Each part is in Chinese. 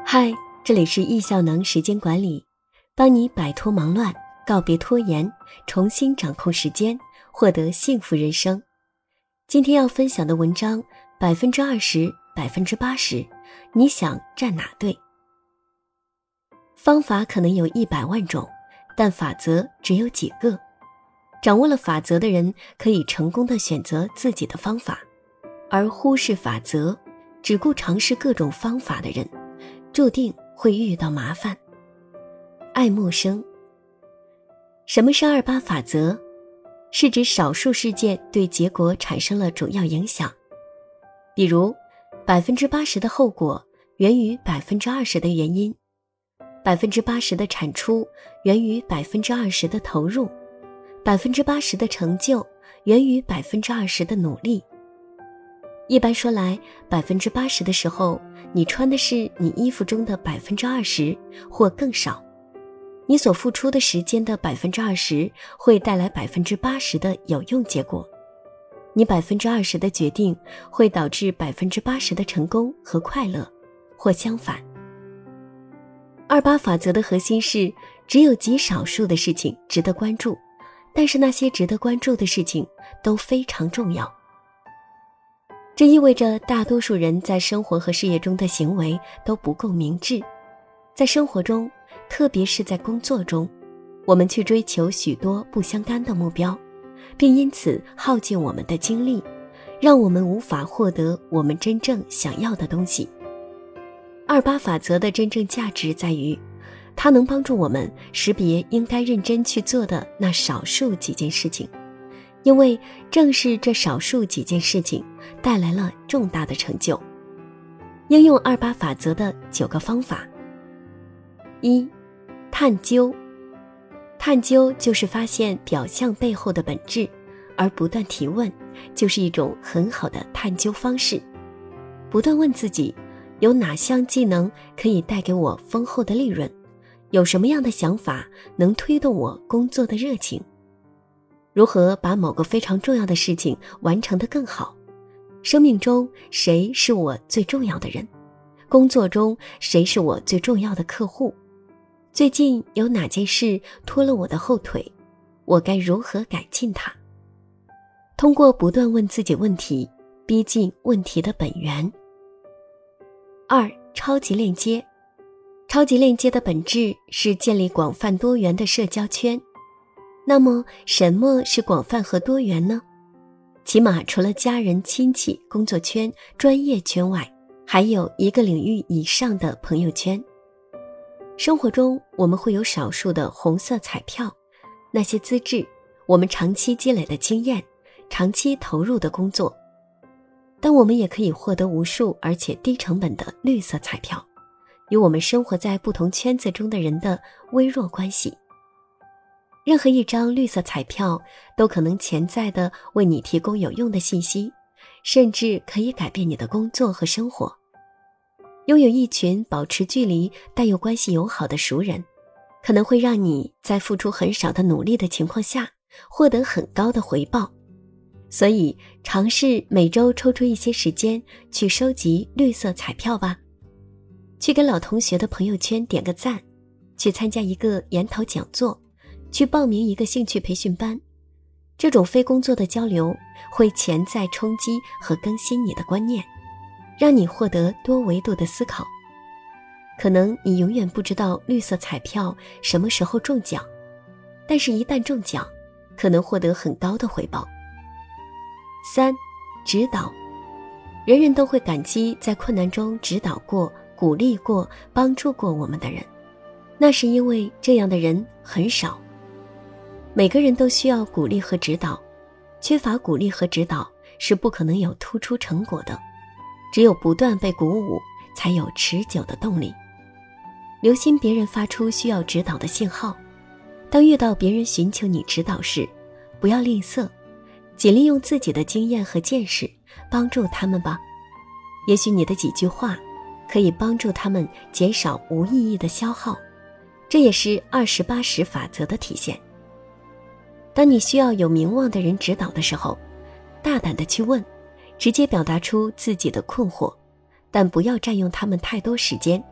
嗨，这里是易效能时间管理，帮你摆脱忙乱，告别拖延，重新掌控时间，获得幸福人生。今天要分享的文章，20%、80%，你想站哪队？方法可能有100万种，但法则只有几个。掌握了法则的人可以成功地选择自己的方法，而忽视法则，只顾尝试各种方法的人，注定会遇到麻烦。爱默生。什么是28法则？是指少数事件对结果产生了主要影响。比如，80%的后果源于20%的原因，80%的产出源于20%的投入，80%的成就源于20%的努力。一般说来，80%的时候，你穿的是你衣服中的20%或更少。你所付出的时间的20%会带来80%的有用结果。你20%的决定会导致80%的成功和快乐，或相反。28法则的核心是，只有极少数的事情值得关注，但是那些值得关注的事情都非常重要。这意味着大多数人在生活和事业中的行为都不够明智。在生活中，特别是在工作中，我们去追求许多不相干的目标，并因此耗尽我们的精力，让我们无法获得我们真正想要的东西。28法则的真正价值在于，它能帮助我们识别应该认真去做的那少数几件事情，因为正是这少数几件事情带来了重大的成就。应用28法则的9个方法。1. 探究。探究就是发现表象背后的本质，而不断提问就是一种很好的探究方式。不断问自己，有哪项技能可以带给我丰厚的利润？有什么样的想法能推动我工作的热情？如何把某个非常重要的事情完成得更好？生命中谁是我最重要的人？工作中谁是我最重要的客户？最近有哪件事拖了我的后腿？我该如何改进它？通过不断问自己问题，逼近问题的本源。2. 超级链接。超级链接的本质是建立广泛多元的社交圈。那么什么是广泛和多元呢？起码除了家人、亲戚、工作圈、专业圈外，还有一个领域以上的朋友圈。生活中我们会有少数的红色彩票，那些资质，我们长期积累的经验，长期投入的工作。但我们也可以获得无数而且低成本的绿色彩票，与我们生活在不同圈子中的人的微弱关系。任何一张绿色彩票都可能潜在地为你提供有用的信息，甚至可以改变你的工作和生活。拥有一群保持距离但又关系友好的熟人，可能会让你在付出很少的努力的情况下获得很高的回报。所以尝试每周抽出一些时间去收集绿色彩票吧。去给老同学的朋友圈点个赞，去参加一个研讨讲座，去报名一个兴趣培训班。这种非工作的交流会潜在冲击和更新你的观念，让你获得多维度的思考。可能你永远不知道绿色彩票什么时候中奖，但是一旦中奖，可能获得很高的回报。3. 指导。人人都会感激在困难中指导过、鼓励过、帮助过我们的人，那是因为这样的人很少。每个人都需要鼓励和指导，缺乏鼓励和指导是不可能有突出成果的。只有不断被鼓舞，才有持久的动力。留心别人发出需要指导的信号，当遇到别人寻求你指导时，不要吝啬，尽利用自己的经验和见识帮助他们吧。也许你的几句话可以帮助他们减少无意义的消耗，这也是20-80法则的体现。当你需要有名望的人指导的时候，大胆地去问，直接表达出自己的困惑，但不要占用他们太多时间，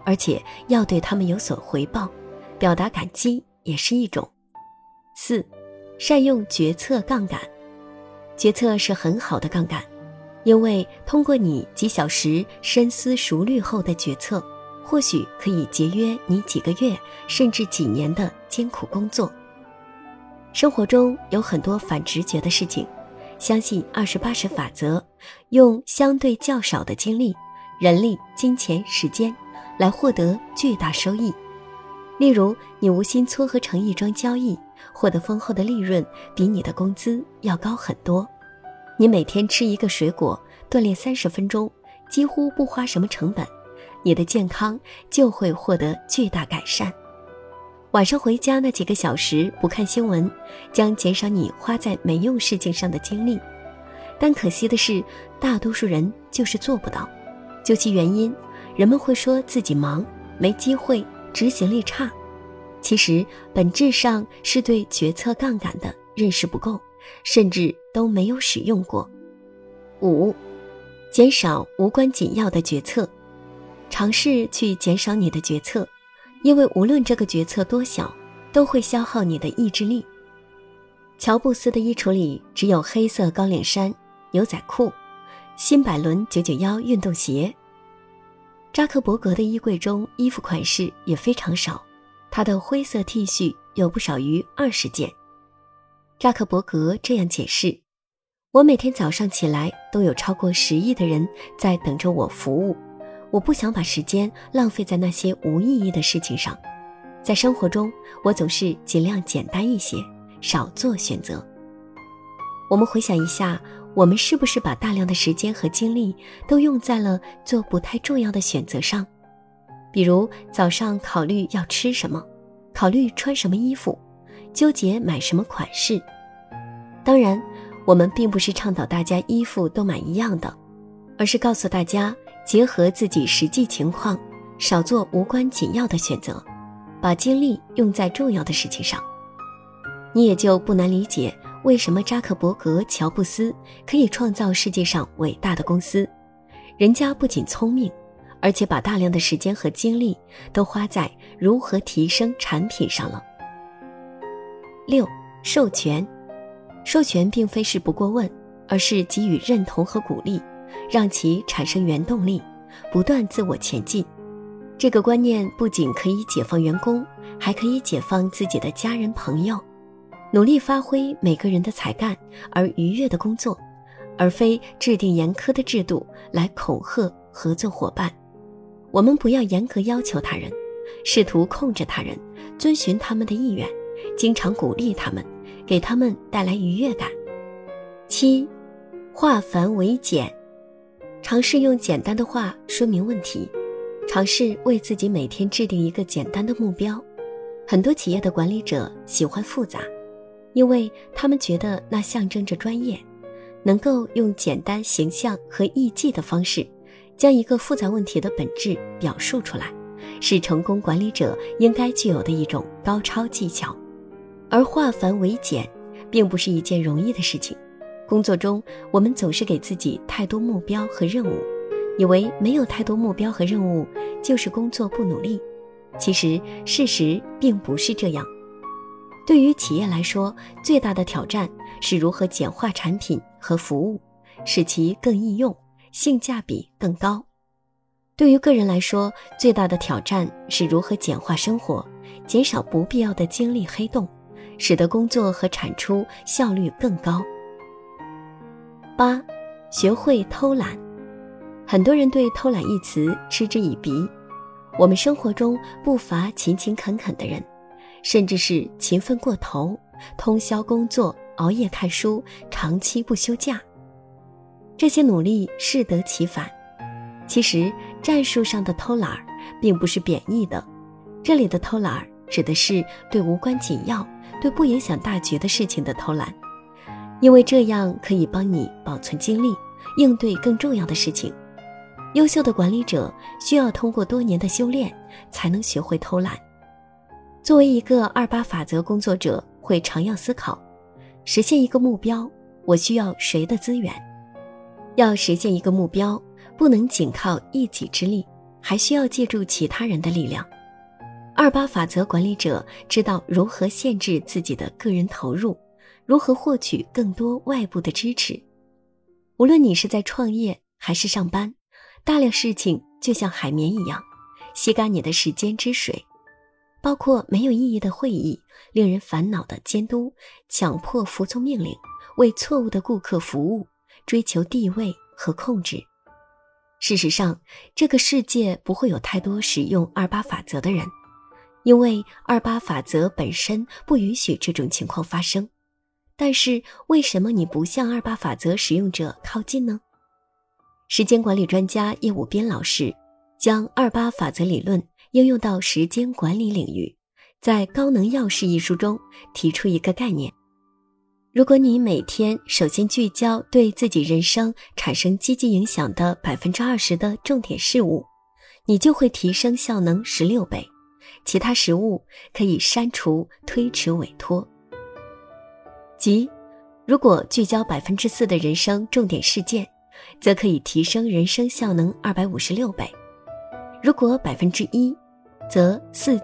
而且要对他们有所回报，表达感激也是一种。4. 善用决策杠杆。决策是很好的杠杆，因为通过你几小时深思熟虑后的决策，或许可以节约你几个月甚至几年的艰苦工作。生活中有很多反直觉的事情，相信20-80法则，用相对较少的精力、人力、金钱、时间来获得巨大收益。例如，你无心撮合成一桩交易，获得丰厚的利润比你的工资要高很多。你每天吃一个水果，锻炼30分钟，几乎不花什么成本，你的健康就会获得巨大改善。晚上回家那几个小时不看新闻，将减少你花在没用事情上的精力。但可惜的是，大多数人就是做不到。究其原因，人们会说自己忙，没机会，执行力差。其实本质上是对决策杠杆的认识不够，甚至都没有使用过。5. 减少无关紧要的决策。尝试去减少你的决策，因为无论这个决策多小，都会消耗你的意志力。乔布斯的衣橱里只有黑色高领衫、牛仔裤、新百伦991运动鞋。扎克伯格的衣柜中衣服款式也非常少，他的灰色 T 恤有不少于20件。扎克伯格这样解释：我每天早上起来都有超过10亿的人在等着我服务，我不想把时间浪费在那些无意义的事情上。在生活中，我总是尽量简单一些，少做选择。我们回想一下，我们是不是把大量的时间和精力都用在了做不太重要的选择上？比如早上考虑要吃什么，考虑穿什么衣服，纠结买什么款式。当然，我们并不是倡导大家衣服都买一样的，而是告诉大家结合自己实际情况，少做无关紧要的选择，把精力用在重要的事情上。你也就不难理解为什么扎克伯格、乔布斯可以创造世界上伟大的公司。人家不仅聪明，而且把大量的时间和精力都花在如何提升产品上了。6. 授权。授权并非是不过问，而是给予认同和鼓励，让其产生原动力，不断自我前进。这个观念不仅可以解放员工，还可以解放自己的家人朋友。努力发挥每个人的才干而愉悦的工作，而非制定严苛的制度来恐吓合作伙伴。我们不要严格要求他人，试图控制他人，遵循他们的意愿，经常鼓励他们，给他们带来愉悦感。7. 化繁为简。尝试用简单的话说明问题，尝试为自己每天制定一个简单的目标。很多企业的管理者喜欢复杂，因为他们觉得那象征着专业，能够用简单、形象和易记的方式将一个复杂问题的本质表述出来，是成功管理者应该具有的一种高超技巧。而化繁为简并不是一件容易的事情。工作中，我们总是给自己太多目标和任务，以为没有太多目标和任务就是工作不努力。其实事实并不是这样。对于企业来说，最大的挑战是如何简化产品和服务，使其更易用，性价比更高。对于个人来说，最大的挑战是如何简化生活，减少不必要的精力黑洞，使得工作和产出效率更高。8. 学会偷懒。很多人对偷懒一词嗤之以鼻，我们生活中不乏勤勤恳恳的人，甚至是勤奋过头，通宵工作，熬夜看书，长期不休假。这些努力适得其反。其实战术上的偷懒并不是贬义的，这里的偷懒指的是对无关紧要、对不影响大局的事情的偷懒，因为这样可以帮你保存精力，应对更重要的事情。优秀的管理者需要通过多年的修炼才能学会偷懒。作为一个28法则工作者，会常要思考，实现一个目标，我需要谁的资源？要实现一个目标，不能仅靠一己之力， 还需要借助其他人的力量。28法则管理者知道如何限制自己的个人投入，如何获取更多外部的支持。无论你是在创业还是上班，大量事情就像海绵一样，吸干你的时间之水，包括没有意义的会议、令人烦恼的监督、强迫服从命令、为错误的顾客服务、追求地位和控制。事实上，这个世界不会有太多使用28法则的人，因为28法则本身不允许这种情况发生。但是为什么你不向28法则使用者靠近呢？时间管理专家叶武斌老师将28法则理论应用到时间管理领域，在《高能钥匙》一书中提出一个概念：如果你每天首先聚焦对自己人生产生积极影响的 20% 的重点事物，你就会提升效能16倍，其他事物可以删除、推迟、委托。即如果聚焦 4% 的人生重点事件，则可以提升人生效能256倍，如果 1%， 则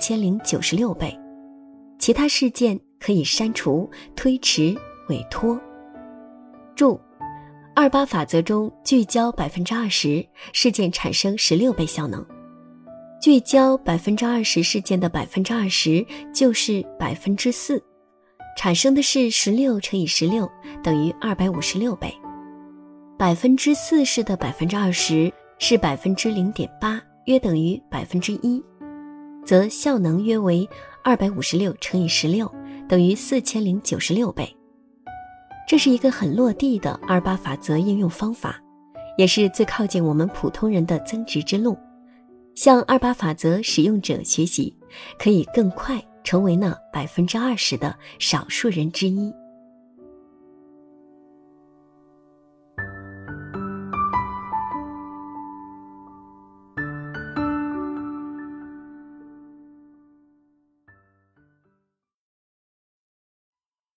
4096倍，其他事件可以删除、推迟、委托。注：28法则中聚焦 20% 事件产生16倍效能，聚焦 20% 事件的 20% 就是4%，产生的是16乘以16等于256倍。4%的 20% 是 0.8%， 约等于 1%， 则效能约为256乘以16等于4096倍。这是一个很落地的28法则应用方法，也是最靠近我们普通人的增值之路。向28法则使用者学习，可以更快成为那 20% 的少数人之一。